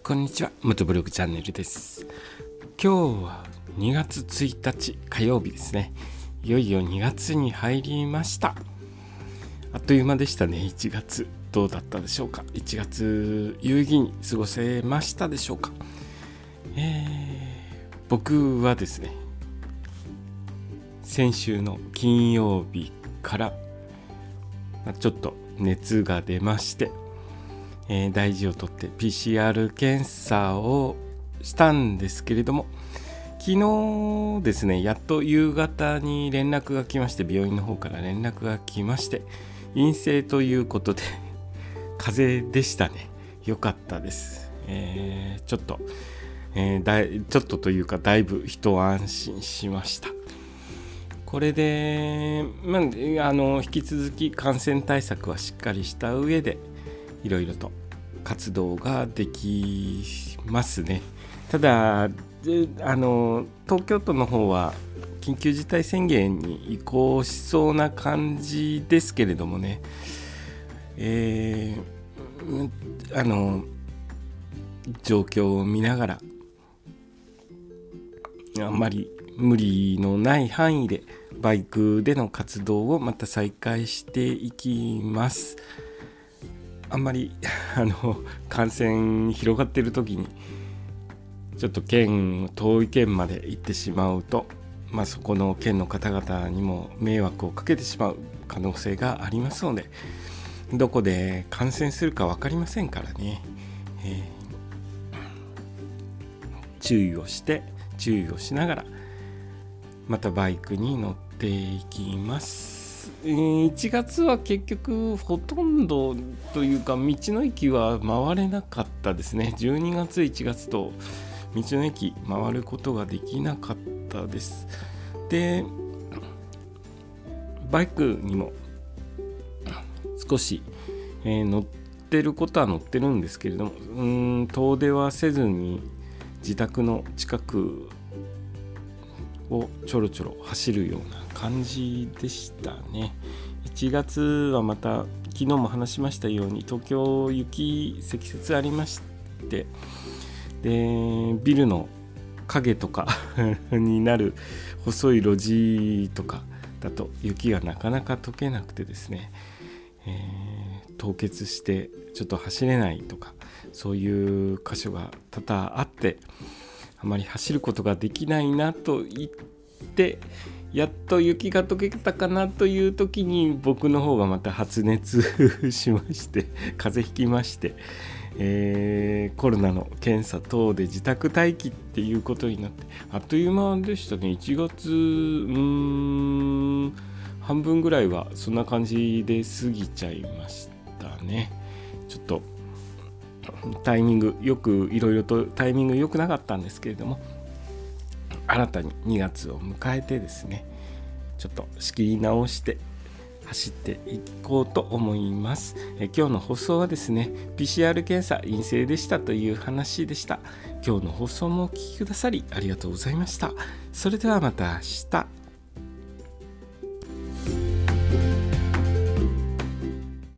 こんにちは、元ブログチャンネルです。今日は2月1日火曜日ですね。いよいよ2月に入りました。あっという間でしたね。1月どうだったでしょうか。1月有意義に過ごせましたでしょうか。僕はですね、先週の金曜日からちょっと熱が出まして、大事をとって PCR 検査をしたんですけれども、昨日ですね、やっと夕方に連絡が来まして、病院の方から連絡が来まして、陰性ということで風邪でしたね。よかったです。ちょっとというかだいぶ一安心しました。これで、引き続き感染対策はしっかりした上でいろいろと活動ができますね。ただ東京都の方は緊急事態宣言に移行しそうな感じですけれどもね、状況を見ながらあんまり無理のない範囲でバイクでの活動をまた再開していきます。あんまり感染広がっている時にちょっと遠い県まで行ってしまうと、そこの県の方々にも迷惑をかけてしまう可能性がありますので、どこで感染するか分かりませんからね、注意をしながらまたバイクに乗っていきます。1月は結局ほとんどというか道の駅は回れなかったですね。12月1月と道の駅回ることができなかったです。で、バイクにも少し、乗ってることは乗ってるんですけれども、遠出はせずに自宅の近くをちょろちょろ走るような感じでしたね。1月はまた昨日も話しましたように東京積雪ありまして、でビルの影とかになる細い路地とかだと雪がなかなか溶けなくてですね、凍結してちょっと走れないとか、そういう箇所が多々あって、あまり走ることができないなと言って、やっと雪が溶けたかなという時に僕の方がまた発熱しまして、風邪ひきまして、コロナの検査等で自宅待機っていうことになって、あっという間でしたね。1月半分ぐらいはそんな感じで過ぎちゃいましたね。ちょっとタイミングよく、いろいろとタイミング良くなかったんですけれども、新たに2月を迎えてですね、ちょっと仕切り直して走っていこうと思います。今日の放送はですね、 PCR 検査陰性でしたという話でした。今日の放送もお聞きくださりありがとうございました。それではまた明日。